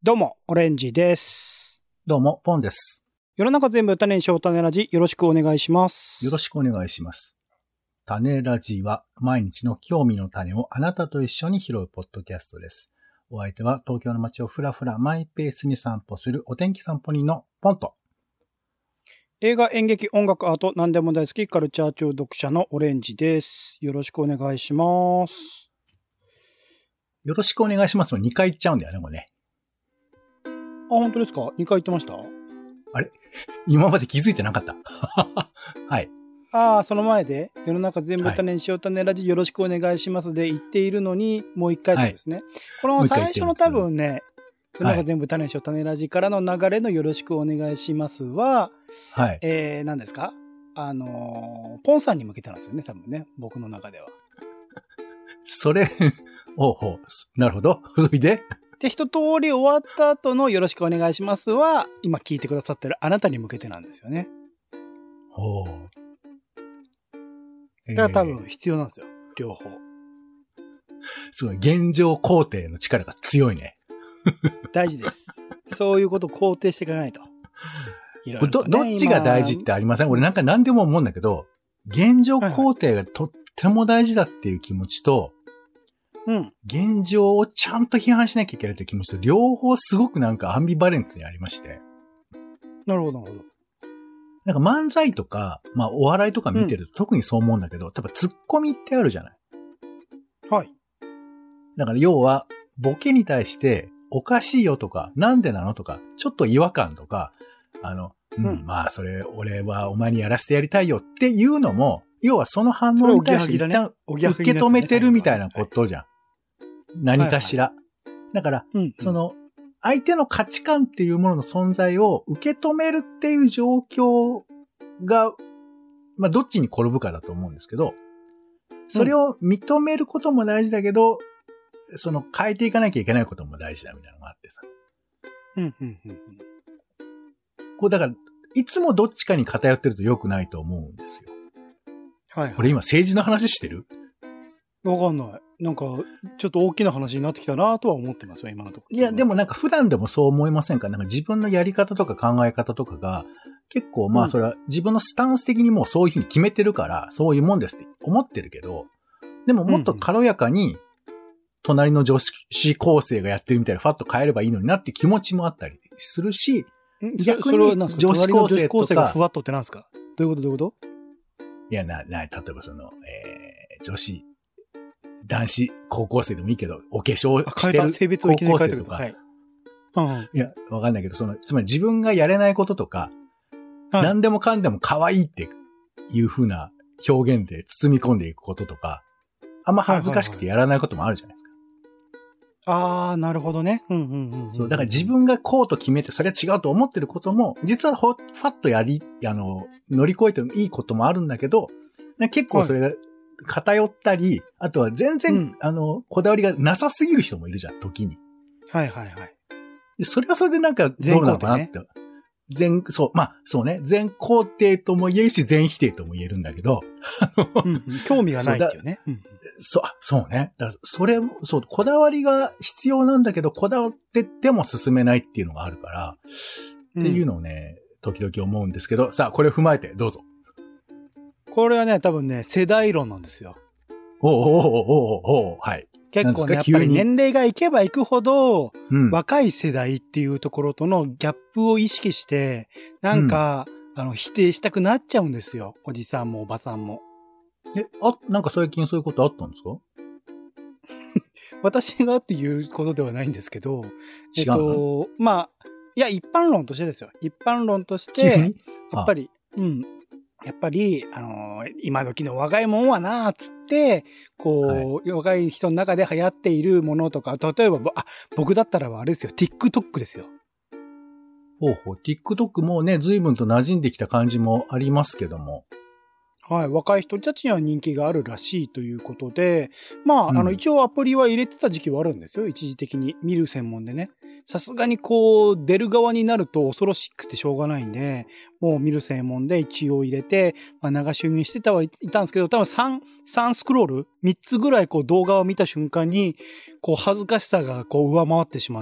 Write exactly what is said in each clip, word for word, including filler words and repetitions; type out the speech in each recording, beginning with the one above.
どうも、オレンジです。 どうも、ポンです。 世の中全部種にしよう種ラジ、よろしくお願いします。 よろしくお願いします。種ラジは、毎日の興味の種をあなたと一緒に拾うポッドキャストです。お相手は、東京の街をふらふらマイペースに散歩するお天気散歩人のポンと。 映画、演劇、音楽、アート、何でも大好き、カルチャー中毒者のオレンジです。よろしくお願いします。 よろしくお願いしますもにかい言っちゃうんだよね、もうね。 あ、本当ですか？ に 回言ってました？ あれ今まで気づいてなかった。はい。 ああ、その前で、世の中全部種にしよう種ラジ、よろしくお願いしますで言っているのに、もう一回ってですね。はい、この最初の多分ね、世の中全部種にしよう種ラジからの流れのよろしくお願いしますは、はい。えー、何ですか？あのー、ポンさんに向けてなんですよね、多分ね。僕の中では。 それ、おうほう、なるほど。それでで、一通り終わった後のよろしくお願いしますは、今聞いてくださってるあなたに向けてなんですよね。 ほう。 だから多分必要なんですよ。両方。 すごい。現状肯定の力が強いね。 大事です。そういうことを肯定していかないと。いろいろとね、 ど、どっちが大事ってありません？俺なんか何でも思うんだけど、現状肯定がとっても大事だっていう気持ちと、うん。現状をちゃんと批判しなきゃいけないという気持ちと、両方すごくなんかアンビバレンスにありまして。 なるほど、なるほど。 なんか漫才とか、まあお笑いとか見てると特にそう思うんだけど、うん、多分ツッコミってあるじゃない。 はい。 だから要は、ボケに対して、おかしいよとか、なんでなのとか、ちょっと違和感とか、あの、うん、うん、まあそれ、俺はお前にやらせてやりたいよっていうのも、要はその反応に対して一旦受け止めてるみたいなことじゃん。何かしら。はいはい、だから、うんうん、その、相手の価値観っていうものの存在を受け止めるっていう状況が、まあ、どっちに転ぶかだと思うんですけど、それを認めることも大事だけど、うん、その変えていかなきゃいけないことも大事だみたいなのがあってさ。 うんうんうんうん、 こう、だから、いつもどっちかに偏ってると良くないと思うんですよ。 はい、はい。 これ今政治の話してる？ わかんない。なんか、ちょっと大きな話になってきたなとは思ってますよ、今のところ。 いや、でもなんか普段でもそう思いませんか？なんか自分のやり方とか考え方とかが、結構まあそれは自分のスタンス的にもうそういうふうに決めてるから、そういうもんですって思ってるけど、でももっと軽やかに、隣の女子高生がやってるみたいなファッと変えればいいのになって気持ちもあったりするし、 逆に女子高生とか。女子高生がふわっとってなんですか？どういうことどういうこと？ いや、な、な、例えばその、えー、女子、男子高校生でもいいけど、お化粧してる性別をいきなり変えてるとか。はい。 うん。いや、わかんないけど、その、つまり自分がやれないこととか、はい、何でもかんでも可愛いっていう風な表現で包み込んでいくこととか、あんま恥ずかしくてやらないこともあるじゃないですか。 あー、なるほどね。うんうんうん、うん。 そう、だから自分がこうと決めて、それは違うと思ってることも、実はほ、ファッとやり、あの、乗り越えてもいいこともあるんだけど、結構それが偏ったり、はい、あとは全然、うん、あの、こだわりがなさすぎる人もいるじゃん、時に。 はいはいはい。 それはそれでなんか、どうなのかなって。全、そう、まあ、そうね。全肯定とも言えるし、全否定とも言えるんだけど。 うん、興味がないっていうね。 そう、そうね。だそれ、そう、こだわりが必要なんだけど、こだわってっても進めないっていうのがあるから、うん、っていうのをね、時々思うんですけど、さあ、これを踏まえて、どうぞ。 これはね、多分ね、世代論なんですよ。 おうおうおうおうおうはい。 結構ね、やっぱり年齢がいけばいくほど、うん、若い世代っていうところとのギャップを意識して、なんか、うん、あの、否定したくなっちゃうんですよ。おじさんもおばさんも。 え、あ、なんか最近そういうことあったんですか？ 私がっていうことではないんですけど、 えっと、 まあ、いや、一般論としてですよ。一般論として、やっぱり、うん。やっぱり、あのー、今時の若いもんはなーつって、こう、はい、若い人の中で流行っているものとか、例えば、あ、僕だったらあれですよ、TikTok ですよ。 ほうほう、TikTok もね、随分と馴染んできた感じもありますけども。 はい。若い人たちには人気があるらしいということで、まあ、うん、あの、一応アプリは入れてた時期はあるんですよ。一時的に。見る専門でね。さすがにこう、出る側になると恐ろしくてしょうがないんで、 もう見る専門で一応入れて、まあ、流し読みしてたはいたんですけど、多分さん、さんスクロール ?みっ つぐらいこう動画を見た瞬間に、こう恥ずかしさがこう上回ってしまって、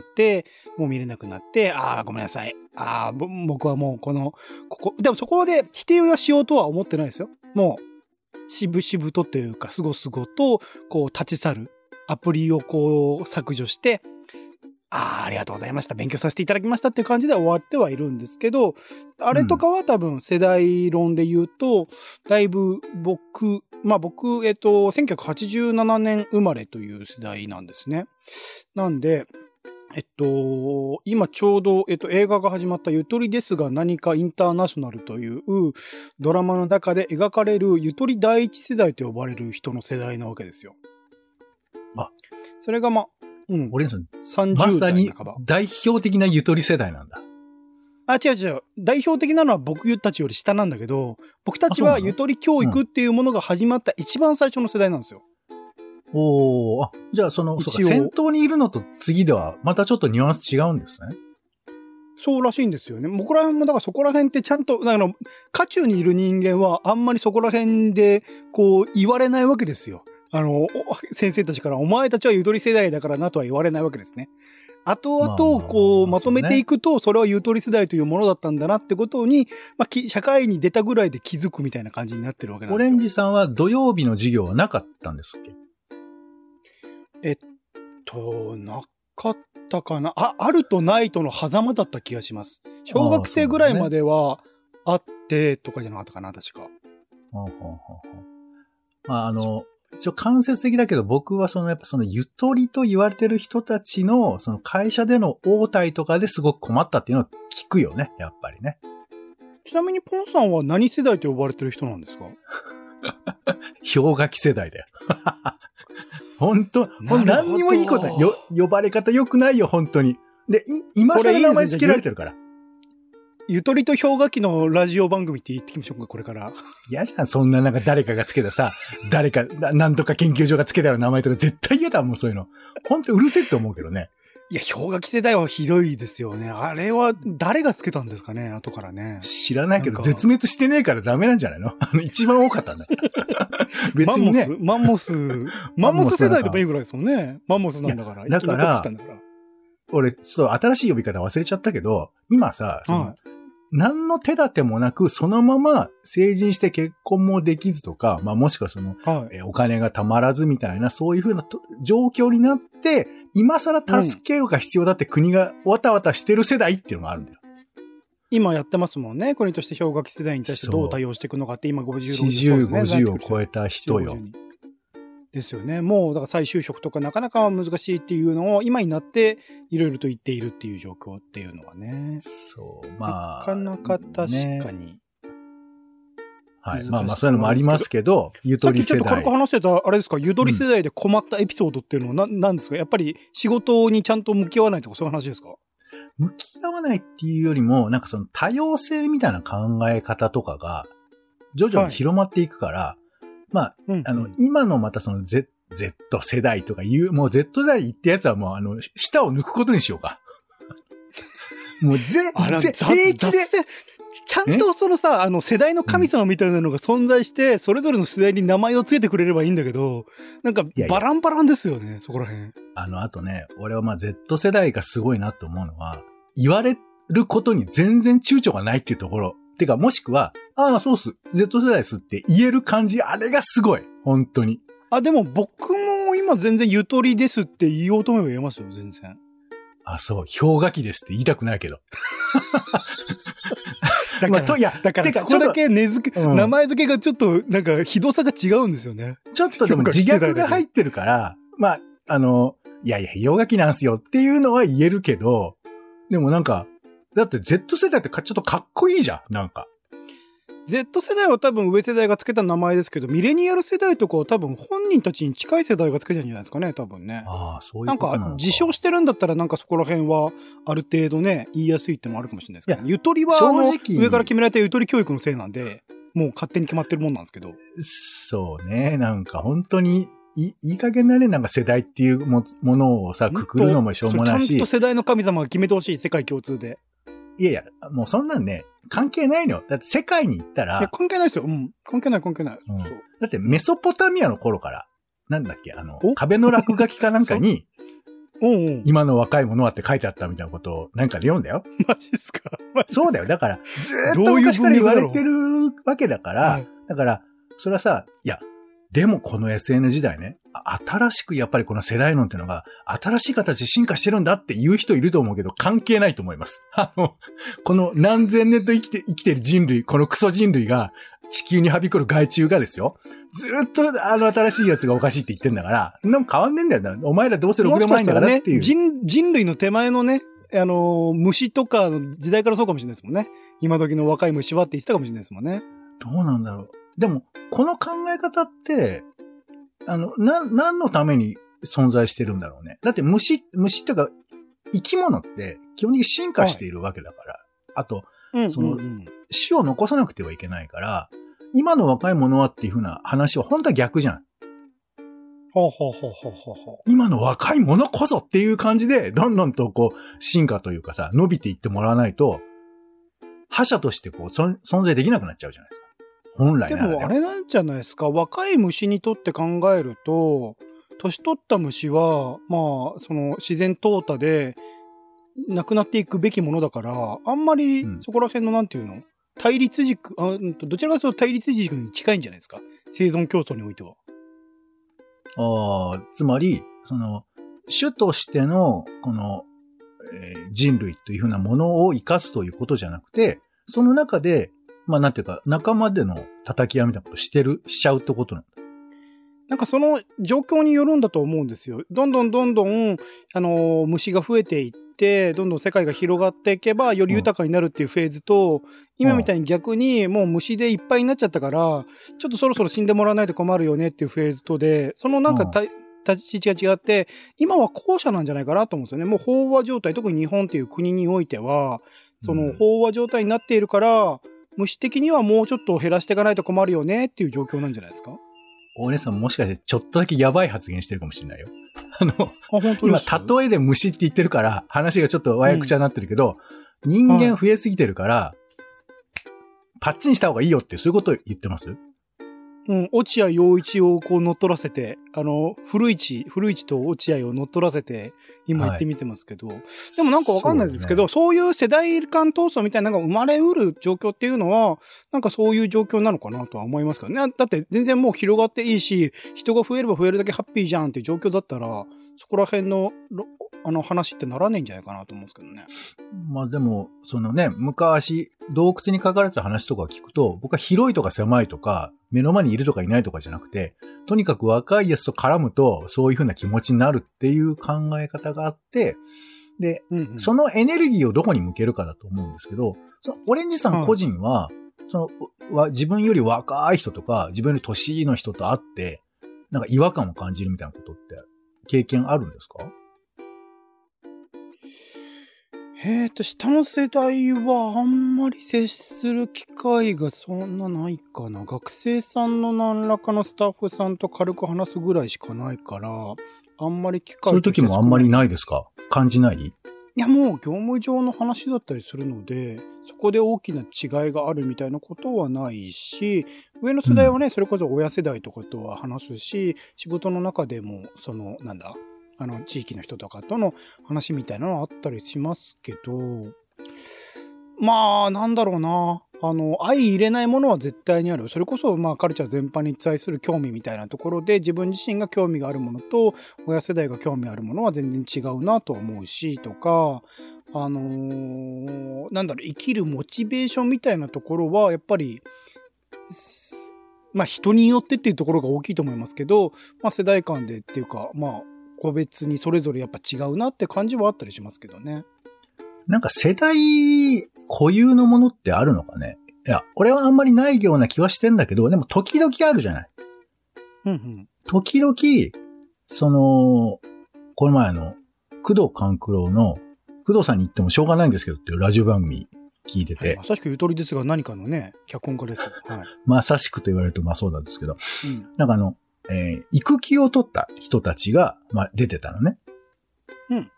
もう見れなくなって、ああ、ごめんなさい。ああ、僕はもうこの、ここ、でもそこで否定はしようとは思ってないですよ。もう、しぶしぶとというか、すごすごと、こう立ち去る。アプリをこう削除して、ああ、ありがとうございました。勉強させていただきましたっていう感じで終わってはいるんですけど、あれとかは多分世代論で言うと、だいぶ僕、まあ僕、えっと、せんきゅうひゃくはちじゅうななねん生まれという世代なんですね。なんで、えっと、今ちょうど、えっと、映画が始まったゆとりですが何かインターナショナルというドラマの中で描かれるゆとり第一世代と呼ばれる人の世代なわけですよ。 あ、 それがまあ、うん。 俺ですね。 さんじゅう代半ば。 まさに代表的なゆとり世代なんだ。 あ、違う違う。代表的なのは僕たちより下なんだけど、僕たちはゆとり教育っていうものが始まった一番最初の世代なんですよ。 うん、おー、あ、じゃあその、そうか、先頭にいるのと次ではまたちょっとニュアンス違うんですね。 そうらしいんですよね。僕ら辺もだからそこら辺ってちゃんと、だから、渦中にいる人間はあんまりそこら辺で、こう、言われないわけですよ。あの、先生たちから、お前たちはゆとり世代だからなとは言われないわけですね。後々、こう、まとめていくと、それはゆとり世代というものだったんだなってことに、まあ、社会に出たぐらいで気づくみたいな感じになってるわけなんですよ。 オレンジさんは土曜日の授業はなかったんですっけ？ えっと、なかったかな。あ、あるとないとの狭間だった気がします。小学生ぐらいまではあってとかじゃなかったかな、確か。はあはあはあ、まあ、あの、一応間接的だけど僕はそのやっぱそのゆとりと言われてる人たちのその会社での応対とかですごく困ったっていうのを聞くよね、やっぱりね。 ちなみにポンさんは何世代と呼ばれてる人なんですか？ 氷河期世代だよ。本当、何にもいいことない。よ、呼ばれ方良くないよ、本当に。で、い、今更名前つけられてるから。 ゆとりと氷河期のラジオ番組って言ってきましょうか、これから。 嫌じゃん、そんななんか誰かがつけたさ、誰か、なんとか研究所がつけたような名前とか絶対嫌だもん、そういうの。本当うるせえって思うけどね。 いや、氷河期世代はひどいですよね。あれは誰がつけたんですかね、後からね。 知らないけど、絶滅してねえからダメなんじゃないの？あの、一番多かったんだ。別にね。 マンモス、マンモス、マンモス世代でもいいぐらいですもんね。マンモスなんだから。 だから、俺、ちょっと新しい呼び方忘れちゃったけど、今さ、その、はい、何の手立てもなく、そのまま成人して結婚もできずとか、まあもしくはその、はい、えお金がたまらずみたいな、そういうふうな状況になって、今更助けが必要だって国がわたわたしてる世代っていうのがあるんだよ。 今やってますもんね。国として氷河期世代に対してどう対応していくのかって今ごじゅうろく、 よんじゅう、ごじゅうを超えた人よ。 ですよね。もう、だから再就職とかなかなか難しいっていうのを今になっていろいろと言っているっていう状況っていうのはね。 そう、まあ。なかなか確かに。 ね、はい。まあまあそういうのもありますけど、ゆとり世代。 さっきちょっと軽く話してた、あれですか、ゆとり世代で困ったエピソードっていうのは何、うん、なんですか？やっぱり仕事にちゃんと向き合わないとかそういう話ですか？ 向き合わないっていうよりも、なんかその多様性みたいな考え方とかが、徐々に広まっていくから、はい、まあ、うん、あの、今のまたその Z、Z 世代とかいう、もう Z 世代ってやつはもうあの、舌を抜くことにしようか。もうぜ、ぜ、平気で、 ちゃんとそのさ、あの世代の神様みたいなのが存在して、うん、それぞれの世代に名前をつけてくれればいいんだけど、なんかバランバランですよね、いやいやそこら辺。 あの、あとね、俺はまあ Z 世代がすごいなと思うのは、言われることに全然躊躇がないっていうところ。てか、もしくは、ああ、そうっす、Z 世代っすって言える感じ、あれがすごい。本当に。 あ、でも僕も今全然ゆとりですって言おうと思えば言えますよ、全然。 あ、そう、氷河期ですって言いたくないけど。 だから、まあ、といや、だから、そこだけ根付け、うん、名前付けがちょっと、なんか、ひどさが違うんですよね。 ちょっとでも自虐が入ってるから、まあ、あの、いやいや、氷河期なんすよっていうのは言えるけど、でもなんか、だって Z 世代ってちょっとかっこいいじゃん、なんか。 Z 世代は多分上世代がつけた名前ですけど、ミレニアル世代とかは多分本人たちに近い世代がつけたんじゃないですかね、多分ね。 ああ、そういうことなのか。 なんか、自称してるんだったらなんかそこら辺はある程度ね、言いやすいってのもあるかもしれないですけど、ね、ゆとりは正直上から決められたゆとり教育のせいなんで、もう勝手に決まってるもんなんですけど。 そうね、なんか本当に、いい、いい加減なね、なんか世代っていうものをさ、くくるのもしょうもないし。 ちゃんと世代の神様が決めてほしい、世界共通で。 いやいや、もうそんなんね、関係ないのよ。だって世界に行ったら。 いや、関係ないですよ。うん。関係ない関係ない。 うん、 そうだってメソポタミアの頃から、なんだっけ、あの、壁の落書きかなんかに、 うんうん、 今の若い者はって書いてあったみたいなことをなんかで読んだよ。 マジっすか？ そうだよ。だから、ずーっと昔から言われてるわけだから、はい、だから、それはさ、いや、でもこの エスエヌ 時代ね、新しくやっぱりこの世代論っていうのが、新しい形で進化してるんだって言う人いると思うけど、関係ないと思います。あの、この何千年と生きて、生きてる人類、このクソ人類が、地球にはびこる害虫がですよ。ずーっとあの新しいやつがおかしいって言ってんだから、なんも変わんねえんだよな。お前らどうせろくでもないんだからっていう。 ね、人、人類の手前のね、あのー、虫とかの時代からそうかもしれないですもんね。今時の若い虫はって言ってたかもしれないですもんね。 どうなんだろう。でも、この考え方って、あの、な、何のために存在してるんだろうね。だって虫、虫っていうか、生き物って基本的に進化しているわけだから。はい、あと、その、うんうんうん、死を残さなくてはいけないから、今の若い者はっていう風な話は本当は逆じゃん。 ほうほうほうほうほうほう。 今の若い者こそっていう感じで、どんどんとこう、進化というかさ、伸びていってもらわないと、覇者としてこう、存在できなくなっちゃうじゃないですか。本来なら、ね。 でもあれなんじゃないですか。若い虫にとって考えると、年取った虫は、まあ、その自然淘汰で、なくなっていくべきものだから、あんまりそこら辺のなんていうの、うん、対立軸、あ、どちらかというと対立軸に近いんじゃないですか。生存競争においては。 ああ、つまり、その、種としての、この、えー、人類というふうなものを生かすということじゃなくて、その中で、まあなんていうか、仲間での叩き合いみたいなことしてる、しちゃうってことなんだ。 なんかその状況によるんだと思うんですよ。どんどんどんどん、あのー、虫が増えていって、どんどん世界が広がっていけば、より豊かになるっていうフェーズと、うん、今みたいに逆にもう虫でいっぱいになっちゃったから、ちょっとそろそろ死んでもらわないと困るよねっていうフェーズとで、そのなんかた、うん、立ち位置が違って、今は後者なんじゃないかなと思うんですよね。もう飽和状態、特に日本っていう国においては、その飽和状態になっているから、虫的にはもうちょっと減らしていかないと困るよねっていう状況なんじゃないですか？ お姉さんもしかしてちょっとだけやばい発言してるかもしれないよ。あの、あ今、例えで虫って言ってるから、話がちょっとわやくちゃになってるけど、うん、人間増えすぎてるから、はい、パッチンした方がいいよって、そういうことを言ってます？ うん、落合陽一をこう乗っ取らせて、あの、古市、古市と落合を乗っ取らせて、今言ってみてますけど、はい、でもなんかわかんないですけど、そう、ね、そういう世代間闘争みたいなのが生まれうる状況っていうのは、なんかそういう状況なのかなとは思いますけどね。だって全然もう広がっていいし、人が増えれば増えるだけハッピーじゃんっていう状況だったら、そこら辺の、あの話ってならねえんじゃないかなと思うんですけどね。 まあでも、そのね、昔、洞窟に書かれた話とか聞くと、僕は広いとか狭いとか、目の前にいるとかいないとかじゃなくて、とにかく若いやつと絡むと、そういう風な気持ちになるっていう考え方があって、で、うんうん、そのエネルギーをどこに向けるかだと思うんですけど、そのオレンジさん個人は、うん、その、自分より若い人とか、自分より年の人と会って、なんか違和感を感じるみたいなことって経験あるんですか？ えーと、下の世代はあんまり接する機会がそんなないかな。学生さんの何らかのスタッフさんと軽く話すぐらいしかないから、あんまり機会そういう時もあんまりないですか？感じない？ いや、もう業務上の話だったりするので、そこで大きな違いがあるみたいなことはないし、上の世代はね、うん、それこそ親世代とかとは話すし、仕事の中でも、その、なんだ、あの、地域の人とかとの話みたいなのはあったりしますけど、まあ、なんだろうな。あの、相入れないものは絶対にある。それこそ、まあ、カルチャー全般に対する興味みたいなところで、自分自身が興味があるものと、親世代が興味あるものは全然違うなと思うし、とか、あのー、なんだろう、生きるモチベーションみたいなところは、やっぱり、まあ、人によってっていうところが大きいと思いますけど、まあ、世代間でっていうか、まあ、個別にそれぞれやっぱ違うなって感じはあったりしますけどね。 なんか世代固有のものってあるのかね？いや、俺はあんまりないような気はしてんだけど、でも時々あるじゃない。 うんうん。 時々、その、この前の、工藤官九郎の、工藤さんに言ってもしょうがないんですけどっていうラジオ番組聞いてて。 はい、まさしくゆとりですが何かのね、脚本家です。はい。 まさしくと言われるとまあそうなんですけど。うん、なんかあの、えー、育休を取った人たちが、まあ出てたのね。 うん。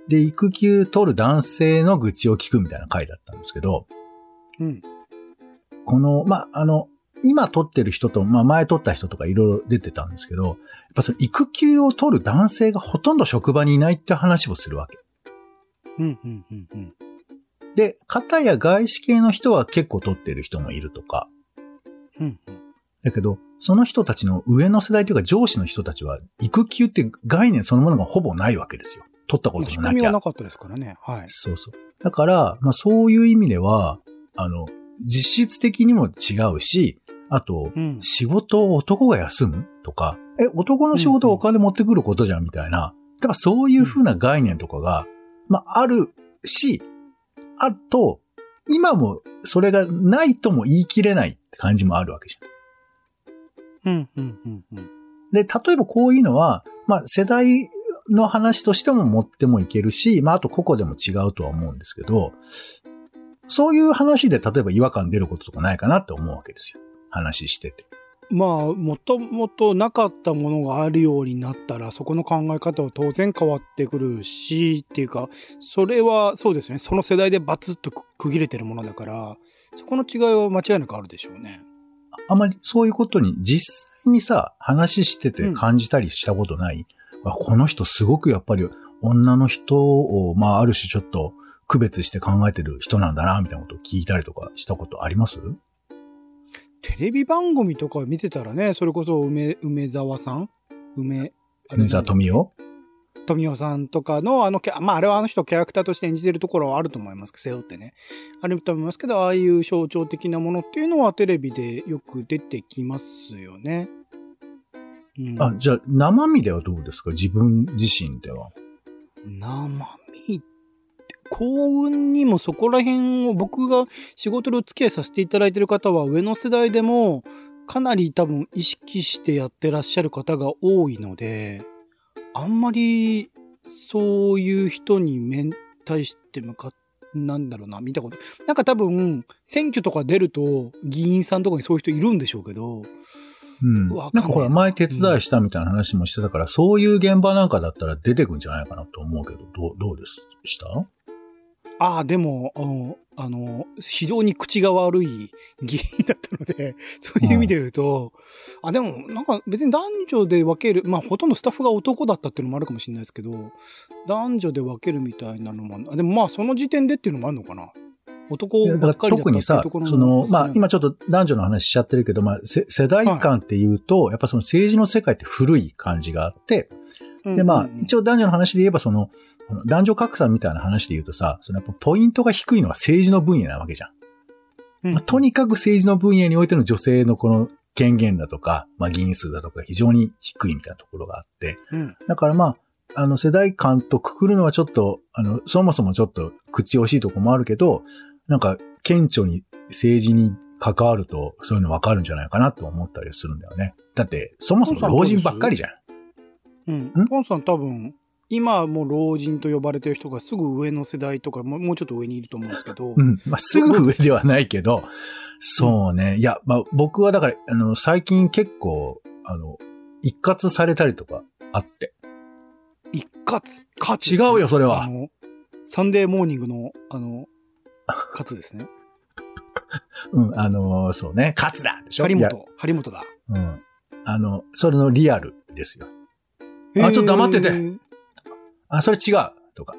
で、育休取る男性の愚痴を聞くみたいな回だったんですけど、 うん。 この、まあ、あの、今取ってる人と、まあ、前取った人とかいろいろ出てたんですけど、やっぱその育休を取る男性がほとんど職場にいないって話をするわけ。 うん、うん、うん、うん。 で、片や外資系の人は結構取ってる人もいるとか。 うん、うん。 だけど、その人たちの上の世代というか上司の人たちは、育休って概念そのものがほぼないわけですよ。取ったこともなきゃ。 仕組みはなかったですからね。はい。 そうそう。だから、まあそういう意味では、あの、実質的にも違うし、あと、うん、仕事を男が休むとか、え、男の仕事をお金持ってくることじゃんみたいな。だからそういう風な概念とかが、まああるし、あと、今もそれがないとも言い切れないって感じもあるわけじゃん。うん、うん、うん、うん。 で、例えばこういうのは、まあ世代の話としても持ってもいけるし、まああと個々でも違うとは思うんですけど、そういう話で例えば違和感出ることとかないかなって思うわけですよ。話してて。 まあ、もともとなかったものがあるようになったら、そこの考え方は当然変わってくるし、っていうか、それはそうですね。その世代でバツッと区切れてるものだから、そこの違いは間違いなくあるでしょうね。 あまりそういうことに実際にさ、話してて感じたりしたことない、うん、この人すごくやっぱり女の人を、まあある種ちょっと区別して考えてる人なんだな、みたいなことを聞いたりとかしたことあります？ テレビ番組とか見てたらね、それこそ梅、梅沢さん梅、 梅沢富美男富美男さんとかの、あの、まあ、あれはあの人キャラクターとして演じてるところはあると思いますけど、背負ってね。あると思いますけど、ああいう象徴的なものっていうのはテレビでよく出てきますよね。 うん、あ、じゃあ、生身ではどうですか？自分自身では。 生身幸運にもそこら辺を僕が仕事でお付き合いさせていただいている方は上の世代でもかなり多分意識してやってらっしゃる方が多いので、あんまりそういう人に面対して向かっなんだろうな、見たこと。なんか多分選挙とか出ると議員さんとかにそういう人いるんでしょうけど、 うん。なんかほら前手伝いしたみたいな話もしてたから、うん、そういう現場なんかだったら出てくんじゃないかなと思うけど、どう、どうでした？ ああ、でも、あの、非常に口が悪い議員だったので、そういう意味で言うと、うん、あ、でも、なんか別に男女で分ける、まあ、ほとんどスタッフが男だったっていうのもあるかもしれないですけど、男女で分けるみたいなのも、あでもまあ、その時点でっていうのもあるのかな。男ばっかりだったっていうところも、 特にさ、その、まあ、今ちょっと男女の話しちゃってるけど、まあ、世代間っていうと、はい、やっぱその政治の世界って古い感じがあって、で、まあ、一応男女の話で言えば、その、男女格差みたいな話で言うとさ、そのやっぱポイントが低いのは政治の分野なわけじゃん。うんまあ、とにかく政治の分野においての女性のこの権限だとか、まあ議員数だとか非常に低いみたいなところがあって、うん、だからまあ、あの世代間とくくるのはちょっと、あの、そもそもちょっと口惜しいところもあるけど、なんか顕著に政治に関わるとそういうの分かるんじゃないかなと思ったりするんだよね。だって、そもそも老人ばっかりじゃん。 うん。ポンさん多分、今もう老人と呼ばれてる人がすぐ上の世代とかもう、もうちょっと上にいると思うんですけど。 うん。まあ、すぐ上ではないけど、そうね。うん、いや、まあ、僕はだから、あの、最近結構、あの、一括されたりとかあって。 一括カツ、 違うよ、それは。 あの、サンデーモーニングの、あの、カツですね。 うん、あの、そうね。カツだでしょ？ 張本、張本だ。 うん。あの、それのリアルですよ。あ、ちょっと黙ってて。あ、それ違う。とか。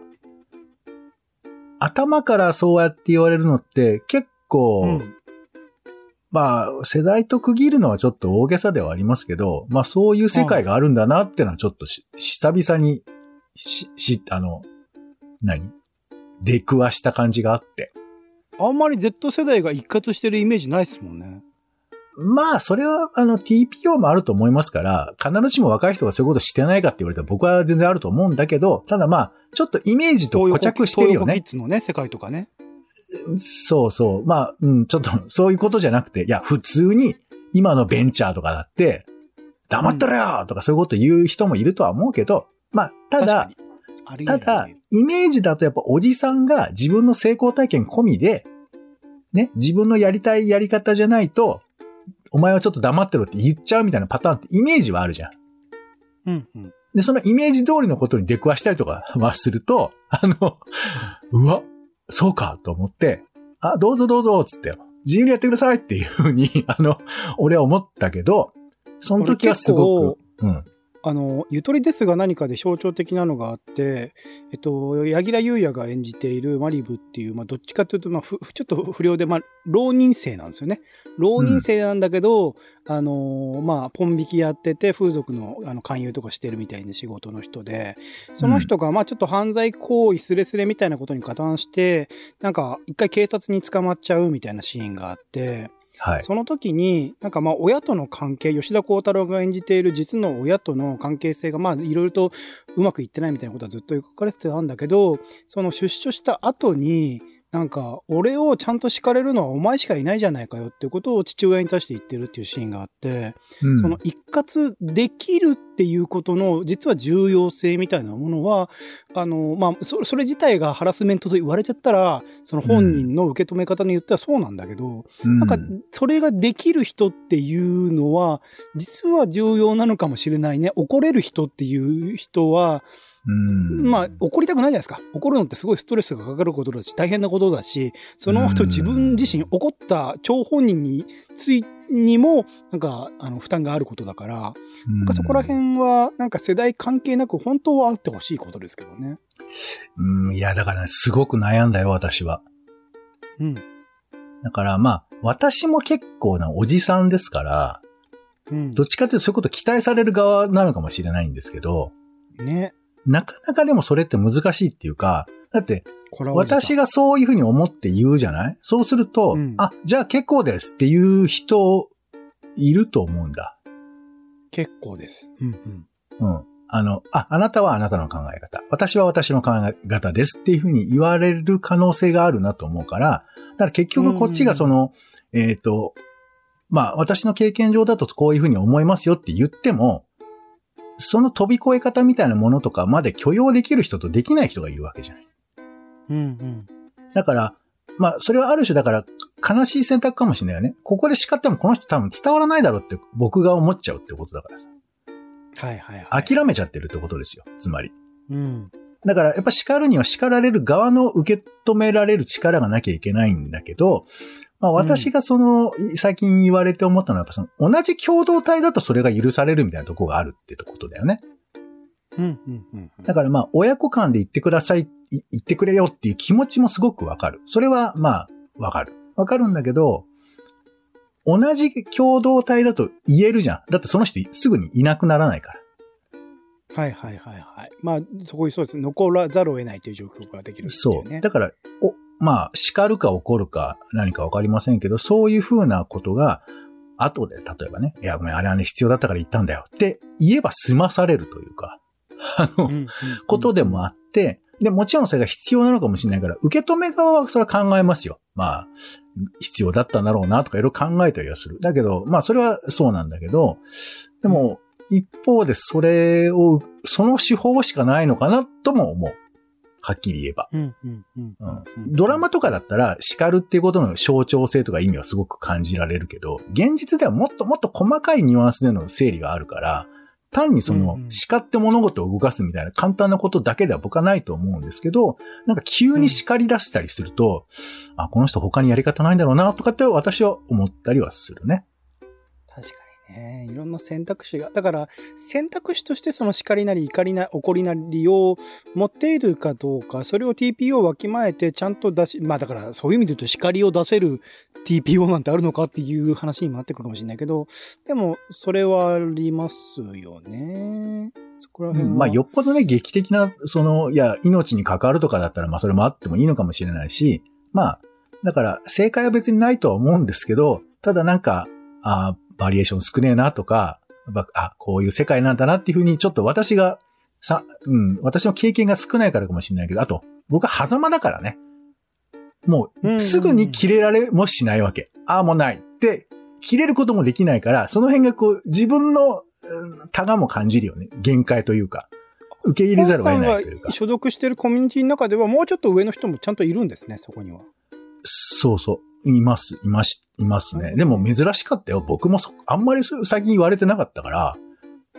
頭からそうやって言われるのって結構、うん、まあ、世代と区切るのはちょっと大げさではありますけど、まあそういう世界があるんだなってのはちょっとし、久々に、し、し、あの、何？出くわした感じがあって。 あんまり Z 世代が一括してるイメージないですもんね。 まあ、それは、あの、ティーピーオー もあると思いますから、必ずしも若い人がそういうことしてないかって言われたら僕は全然あると思うんだけど、ただまあ、ちょっとイメージと固着してるよね。 東横キッズのね、世界とかね。 そうそう。まあ、うん、ちょっと、そういうことじゃなくて、いや、普通に、今のベンチャーとかだって、黙ってろよとかそういうこと言う人もいるとは思うけど、まあ、ただ、ただ、イメージだとやっぱおじさんが自分の成功体験込みで、ね、自分のやりたいやり方じゃないと、お前はちょっと黙ってろって言っちゃうみたいなパターンってイメージはあるじゃん。 うんうん。 で、そのイメージ通りのことに出くわしたりとかはすると、あの、うわ、そうかと思って、あ、どうぞどうぞ、つって、自由にやってくださいっていうふうに、あの、俺は思ったけど、その時はすごく、うん。 あの、ゆとりですが何かで象徴的なのがあって、えっと、柳楽優弥が演じているマリブっていう、まあ、どっちかというと、まあ、ふ、ちょっと不良で、まあ、浪人生なんですよね。浪人生なんだけど、うん、あの、まあ、ポン引きやってて、風俗の、あの、勧誘とかしてるみたいな仕事の人で、その人が、まあ、ちょっと犯罪行為スレスレみたいなことに加担して、なんか、一回警察に捕まっちゃうみたいなシーンがあって、はい、その時に、なんかまあ親との関係、吉田鋼太郎が演じている実の親との関係性がまあいろいろとうまくいってないみたいなことはずっと描かれてたんだけど、その出所した後に、なんか、俺をちゃんと叱れるのはお前しかいないじゃないかよっていうことを父親に対して言ってるっていうシーンがあって、うん、その一括できるっていうことの実は重要性みたいなものは、あの、まあ、それ、それ自体がハラスメントと言われちゃったら、その本人の受け止め方によってはそうなんだけど、うん、なんか、それができる人っていうのは、実は重要なのかもしれないね。怒れる人っていう人は、うん、まあ、怒りたくないじゃないですか。怒るのってすごいストレスがかかることだし、大変なことだし、その後自分自身怒った張本人についにも、なんか、あの、負担があることだから、なんかそこら辺は、なんか世代関係なく本当はあってほしいことですけどね。 うん、いや、だからね、すごく悩んだよ、私は。 うん。 だからまあ、私も結構なおじさんですから、うん、どっちかというとそういうこと期待される側なのかもしれないんですけど、 ね。 なかなかでもそれって難しいっていうか、だって、私がそういうふうに思って言うじゃない？そうすると、うん、あ、じゃあ結構ですっていう人いると思うんだ。 結構です。うんうん。 うん。あの、あ、あなたはあなたの考え方。私は私の考え方ですっていうふうに言われる可能性があるなと思うから、だから結局こっちがその、えっと、まあ私の経験上だとこういうふうに思いますよって言っても、その飛び越え方みたいなものとかまで許容できる人とできない人がいるわけじゃない。 うんうん。 だから、まあ、それはある種だから悲しい選択かもしれないよね。ここで叱ってもこの人多分伝わらないだろうって僕が思っちゃうってことだからさ。 はいはいはい。 諦めちゃってるってことですよ。つまり。 うん。 だからやっぱ叱るには叱られる側の受け止められる力がなきゃいけないんだけど、まあ私がその、うん、最近言われて思ったのはやっぱその同じ共同体だとそれが許されるみたいなところがあるってことだよね。 うんうんうんうん、 だからまあ親子間で言ってください、言ってくれよっていう気持ちもすごくわかる。それはまあわかる。わかるんだけど、同じ共同体だと言えるじゃん。だってその人すぐにいなくならないから。 はいはいはいはい。まあそこにそうです。残らざるを得ないという状況ができるっていうね。 そう。だから、お、まあ叱るか怒るか何かわかりませんけど、そういうふうなことが後で例えばね、いやごめんあれはね必要だったから言ったんだよって言えば済まされるというか。あの、うんうんうん、ことでもあって、で、もちろんそれが必要なのかもしれないから、受け止め側はそれは考えますよ。まあ、必要だったんだろうなとかいろいろ考えたりはする。だけど、まあそれはそうなんだけど、でも、一方でそれを、その手法しかないのかなとも思う。はっきり言えば。 うんうんうんうん、 ドラマとかだったら叱るっていうことの象徴性とか意味はすごく感じられるけど、現実ではもっともっと細かいニュアンスでの整理があるから、単にその、叱って物事を動かすみたいな簡単なことだけでは僕はないと思うんですけど、なんか急に叱り出したりすると、うん、あ、この人他にやり方ないんだろうなとかって私は思ったりはするね。 確かにね。いろんな選択肢が。だから、選択肢としてその叱りなり怒りな、怒りなりを持っているかどうか、それを ティーピーオー をわきまえてちゃんと出し、まあだからそういう意味で言うと叱りを出せる ティーピーオー なんてあるのかっていう話にもなってくるかもしれないけど、でも、それはありますよね。そこら辺は。 うん、まあよっぽどね、劇的な、その、いや、命に関わるとかだったら、まあそれもあってもいいのかもしれないし、まあ、だから正解は別にないとは思うんですけど、ただなんか、あバリエーション少ねえなとか、あ、こういう世界なんだなっていうふうにちょっと私が、さ、うん、私の経験が少ないからかもしれないけど、あと、僕は狭間だからね。もう、すぐに切れられもしないわけ。ああ、もうない。で、切れることもできないから、その辺がこう、自分の、うん、タガも感じるよね。限界というか。受け入れざるを得ないというか。 所属しているコミュニティの中では、もうちょっと上の人もちゃんといるんですね、そこには。 そうそう。います、います、いますね。でも珍しかったよ。僕もそ、あんまり最近言われてなかったから、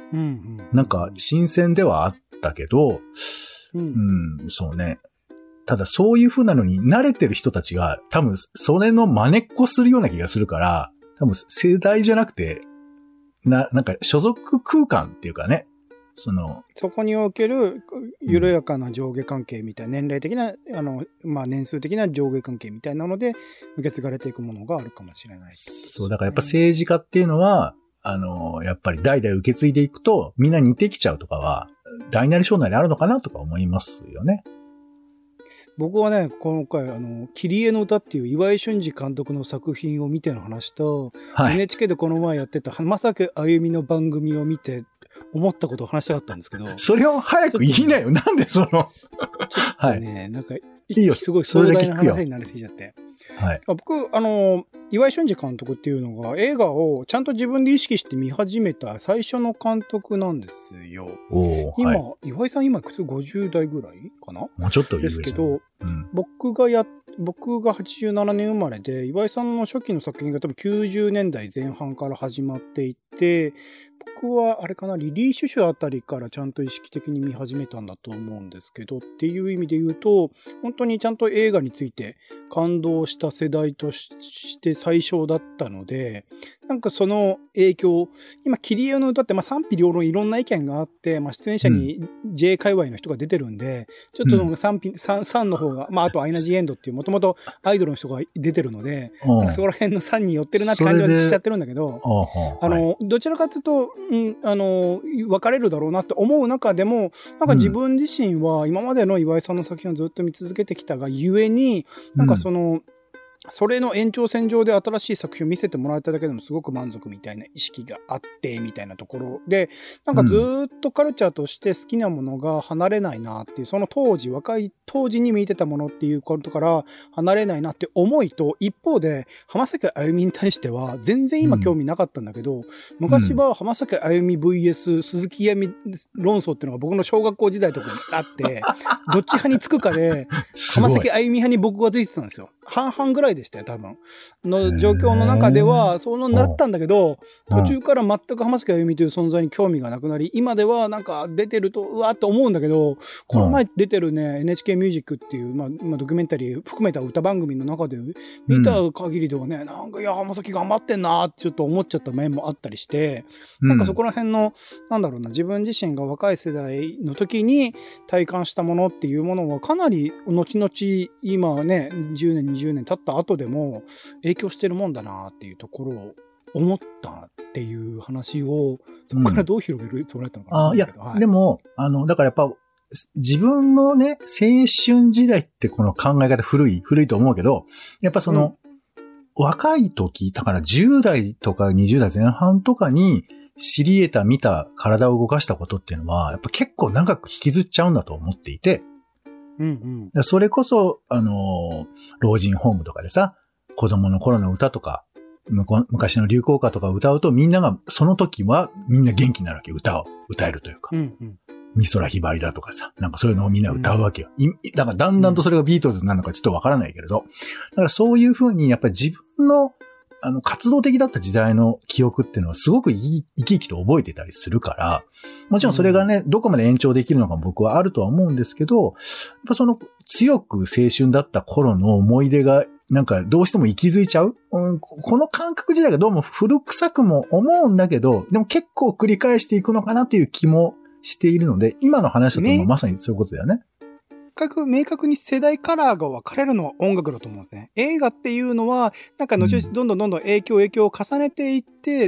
うんうん、 なんか新鮮ではあったけど、 うん、 うん、そうね。ただそういう風なのに慣れてる人たちが多分それの真似っこするような気がするから、多分世代じゃなくて、な、なんか所属空間っていうかね、その、 そこにおける緩やかな上下関係みたいな、うん、年齢的な、あの、まあ、年数的な上下関係みたいなので、受け継がれていくものがあるかもしれない、ね。 そう、だからやっぱ政治家っていうのは、あの、やっぱり代々受け継いでいくと、みんな似てきちゃうとかは、大なり小なりあるのかなとか思いますよね。 僕はね、今回、あの、キリエの歌っていう岩井俊二監督の作品を見ての話と、はい、エヌエイチケー でこの前やってた浜崎あゆみの番組を見て、思ったことを話したかったんですけど。 それを早く言いなよ。なんでその。ちょっとね、はい、なんか、いいよすごい壮大な話になりすぎちゃって。 はい。 僕、あの、岩井俊二監督っていうのが映画をちゃんと自分で意識して見始めた最初の監督なんですよ。今、はい、岩井さん今ごじゅう代ぐらいかな？ もうちょっといいですけど、 うん、 僕がや、僕がはちじゅうななねん生まれで、岩井さんの初期の作品が多分きゅうじゅうねんだいぜん半から始まっていて、僕はあれかな、リリー・シュシュあたりからちゃんと意識的に見始めたんだと思うんですけど、っていう意味で言うと、本当にちゃんと映画について感動した世代として最初だったので、なんかその影響、今、キリエの歌ってまあ賛否両論いろんな意見があって、まあ出演者に J 界隈の人が出てるんで、ちょっと賛否、賛、賛の方が、まああとアイナ・ジ・エンドっていうもともとアイドルの人が出てるので、そこら辺の賛に寄ってるなって感じはしちゃってるんだけど、あの、どちらかというと、うん、あの、分かれるだろうなって思う中でも、なんか自分自身は今までの岩井さんの作品をずっと見続けてきたがゆえに、なんかその、うん、それの延長線上で新しい作品を見せてもらえただけでもすごく満足みたいな意識があって、みたいなところで、なんかずっとカルチャーとして好きなものが離れないなっていう、その当時、若い当時に見てたものっていうことから離れないなって思いと、一方で、浜崎あゆみに対しては全然今興味なかったんだけど、うん、昔は浜崎あゆみ ブイエス 鈴木あゆみ論争っていうのが僕の小学校時代とかにあって、どっち派につくかで、浜崎あゆみ派に僕はついてたんですよ。半々ぐらいでしたよ、多分。の状況の中では、そうなったんだけど、途中から全く浜崎あゆみという存在に興味がなくなり、今ではなんか出てると、うわーって思うんだけど、この前出てるね、エヌエイチケー ミュージックっていう、まあ、まあ、ドキュメンタリー含めた歌番組の中で見た限りではね、なんか、いや、浜崎頑張ってんなーってちょっと思っちゃった面もあったりして、なんかそこら辺の、なんだろうな、自分自身が若い世代の時に体感したものっていうものは、かなり後々、今ね、じゅうねん、にじゅうねん経った後でも影響してるもんだなっていうところを思ったっていう話を、そこからどう広げるつもりだったのかな、 うん、あいや、はい、でも、あの、だからやっぱ、自分のね、青春時代ってこの考え方古い、古いと思うけど、やっぱその、うん、若い時、だからじゅう代とかにじゅう代前半とかに知り得た、見た、体を動かしたことっていうのは、やっぱ結構長く引きずっちゃうんだと思っていて、 うんうん、 それこそ、あの、老人ホームとかでさ、子供の頃の歌とか、昔の流行歌とか歌うとみんなが、その時はみんな元気になるわけ。歌を歌えるというか。 うんうん、 美空ひばりだとかさ、なんかそういうのをみんな歌うわけよ。うん、だからだんだんとそれがビートルズなのかちょっとわからないけれど。だからそういうふうにやっぱり自分の、あの、活動的だった時代の記憶っていうのはすごく生き生きと覚えてたりするから、もちろんそれがね、どこまで延長できるのか僕はあるとは思うんですけど、やっぱその強く青春だった頃の思い出がなんかどうしても息づいちゃう、うん、この感覚自体がどうも古臭くも思うんだけど、でも結構繰り返していくのかなという気もしているので、今の話だとまさにそういうことだよね。 明確、明確に世代カラーが分かれるのは音楽だと思うんですね。映画っていうのは、なんか後々どんどんどんどん影響、影響を重ねていって、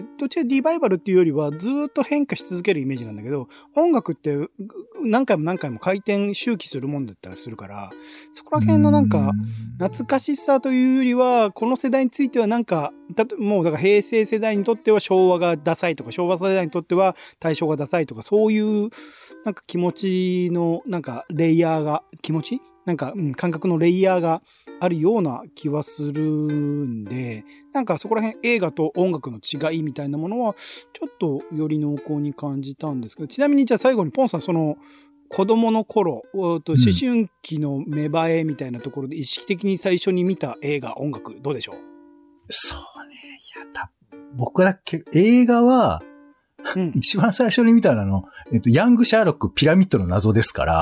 どっちかリバイバルっていうよりはずーっと変化し続けるイメージなんだけど、音楽って何回も何回も回転周期するもんだったりするから、そこら辺のなんか、懐かしさというよりは、この世代についてはなんか、たともうだから平成世代にとっては昭和がダサいとか、昭和世代にとっては大正がダサいとか、そういうなんか気持ちのなんかレイヤーが、気持ちなんか、うん、感覚のレイヤーがあるような気はするんで、なんかそこら辺映画と音楽の違いみたいなものはちょっとより濃厚に感じたんですけど、ちなみにじゃあ最後にポンさん、その子供の頃、思春期の芽生えみたいなところで意識的に最初に見た映画、音楽どうでしょう？ そうね。いや、だ僕らけ映画はうん、 一番最初に見たのは、あの、えっと、ヤング・シャーロック・ピラミッドの謎ですから、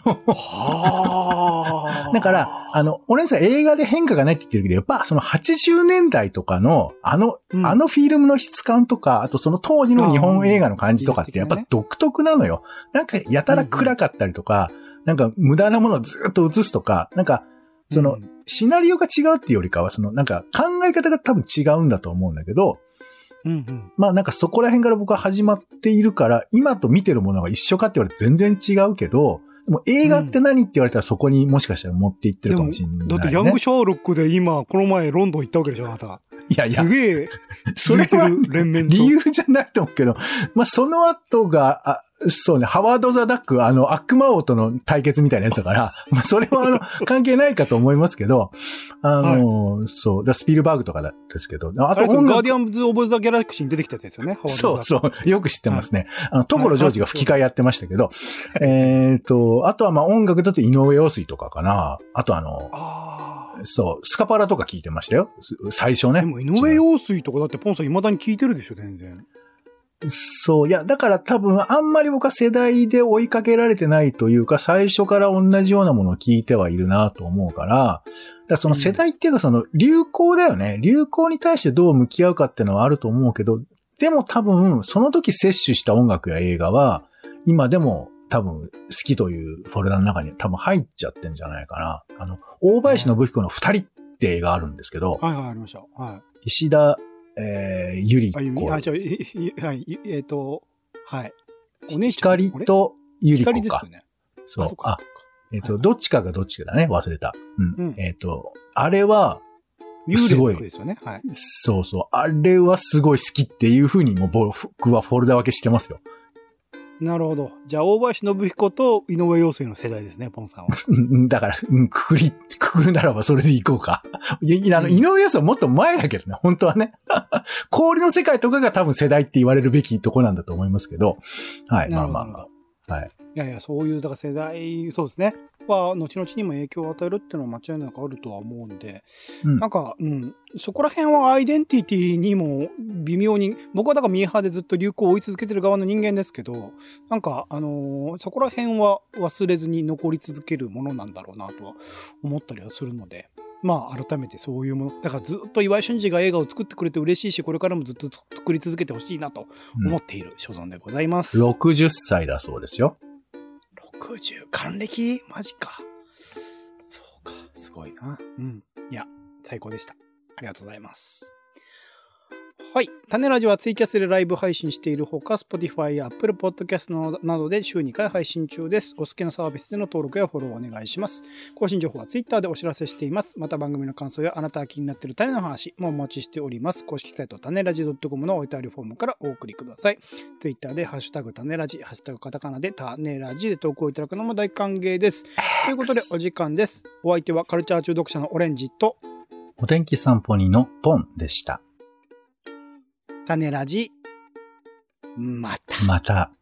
だから、あの、俺さ、映画で変化がないって言ってるけど、やっぱそのはちじゅうねんだいとかの、あの、うん、あのフィルムの質感とか、あとその当時の日本映画の感じとかってやっぱ独特なのよ。なんかやたら暗かったりとか、うんうん、なんか無駄なものをずっと映すとか、なんか、その、シナリオが違うっていうよりかは、その、なんか考え方が多分違うんだと思うんだけど、 うんうん、 まあなんかそこら辺から僕は始まっているから、今と見てるものが一緒かって言われて全然違うけど、でも映画って何って言われたらそこにもしかしたら持っていってるかもしれない、ね。 だってヤングシャーロックで今、この前ロンドン行ったわけでしょ、あなた。 いやいや。 すげえ、 それは理由じゃないと思うけど、まあその後が、あそうね、ハワード・ザ・ダック、あの、悪魔王との対決みたいなやつだから、まあ、それはあの、関係ないかと思いますけど、あの、はい、そう、だスピルバーグとかですけど、 あと音楽、ガーディアンズ・オブ・ザ・ギャラクシーに出てきたやつですよね、 そうそう、よく知ってますね。はい、あの、所ジョージが吹き替えやってましたけど、はい、えっと、あとはまあ音楽だと井上陽水とかかな。あとあの、 あそう、スカパラとか聞いてましたよ。最初ね。 でも井上陽水とかだってポンさん未だに聞いてるでしょ、全然。 そう。いや、だから多分、あんまり僕は世代で追いかけられてないというか、最初から同じようなものを聞いてはいるなと思うから、だからその世代っていうかその流行だよね。流行に対してどう向き合うかっていうのはあると思うけど、でも多分、その時摂取した音楽や映画は、今でも多分、好きというフォルダの中に多分入っちゃってんじゃないかな。あの、大林信彦の二人って映画あるんですけど、 はいはい、ありました。はい。 石田、えー、ゆり子。 あ、じゃあ、はい、えっと、はい。 お姉ちゃん。光とゆり子か。 光ですよね。 そう。あ、えっと、どっちかがどっちかだね。忘れた。うん。えっと、あれは、 すごい。ですよね。はい。 そうそう。あれはすごい好きっていう風にも僕はフォルダ分けしてますよ。なるほど。じゃあ、大林信彦と井上陽水の世代ですね、ポンさんは。 だから、うん、くくり、くくるならばそれでいこうか。いや、あの、うん、井上陽水はもっと前だけどね、本当はね。氷の世界とかが多分世代って言われるべきとこなんだと思いますけど。はい、まあまあまあ。はい。 いやいや、そういう、だから世代、そうですね。は、後々にも影響を与えるっていうのは間違いなくあるとは思うんで、うん、なんか、うん、そこら辺はアイデンティティにも微妙に、僕はだからミーハーでずっと流行を追い続けてる側の人間ですけど、なんか、あのー、そこら辺は忘れずに残り続けるものなんだろうなとは思ったりはするので、まあ、改めてそういうもの、だからずっと岩井俊二が映画を作ってくれて嬉しいし、これからもずっと作り続けてほしいなと思っている所存でございます。 うん、ろくじゅっさいだそうですよ。 ろくじゅう、還暦マジか。そうか、すごいな。うん。いや、最高でした。ありがとうございます。はい。種ラジはツイキャスでライブ配信しているほか、Spotify や Apple Podcast などで週にかい配信中です。お好きなサービスでの登録やフォローお願いします。更新情報は Twitter でお知らせしています。また番組の感想やあなたが気になっている種の話もお待ちしております。公式サイト種ラジ .com のお便りフォームからお送りください。Twitter でハッシュタグ種ラジ、ハッシュタグカタカナで種ラジで投稿いただくのも大歓迎です。ということでお時間です。お相手はカルチャー中毒者のオレンジとお天気散歩人のポンでした。 種ラジ、また。 また。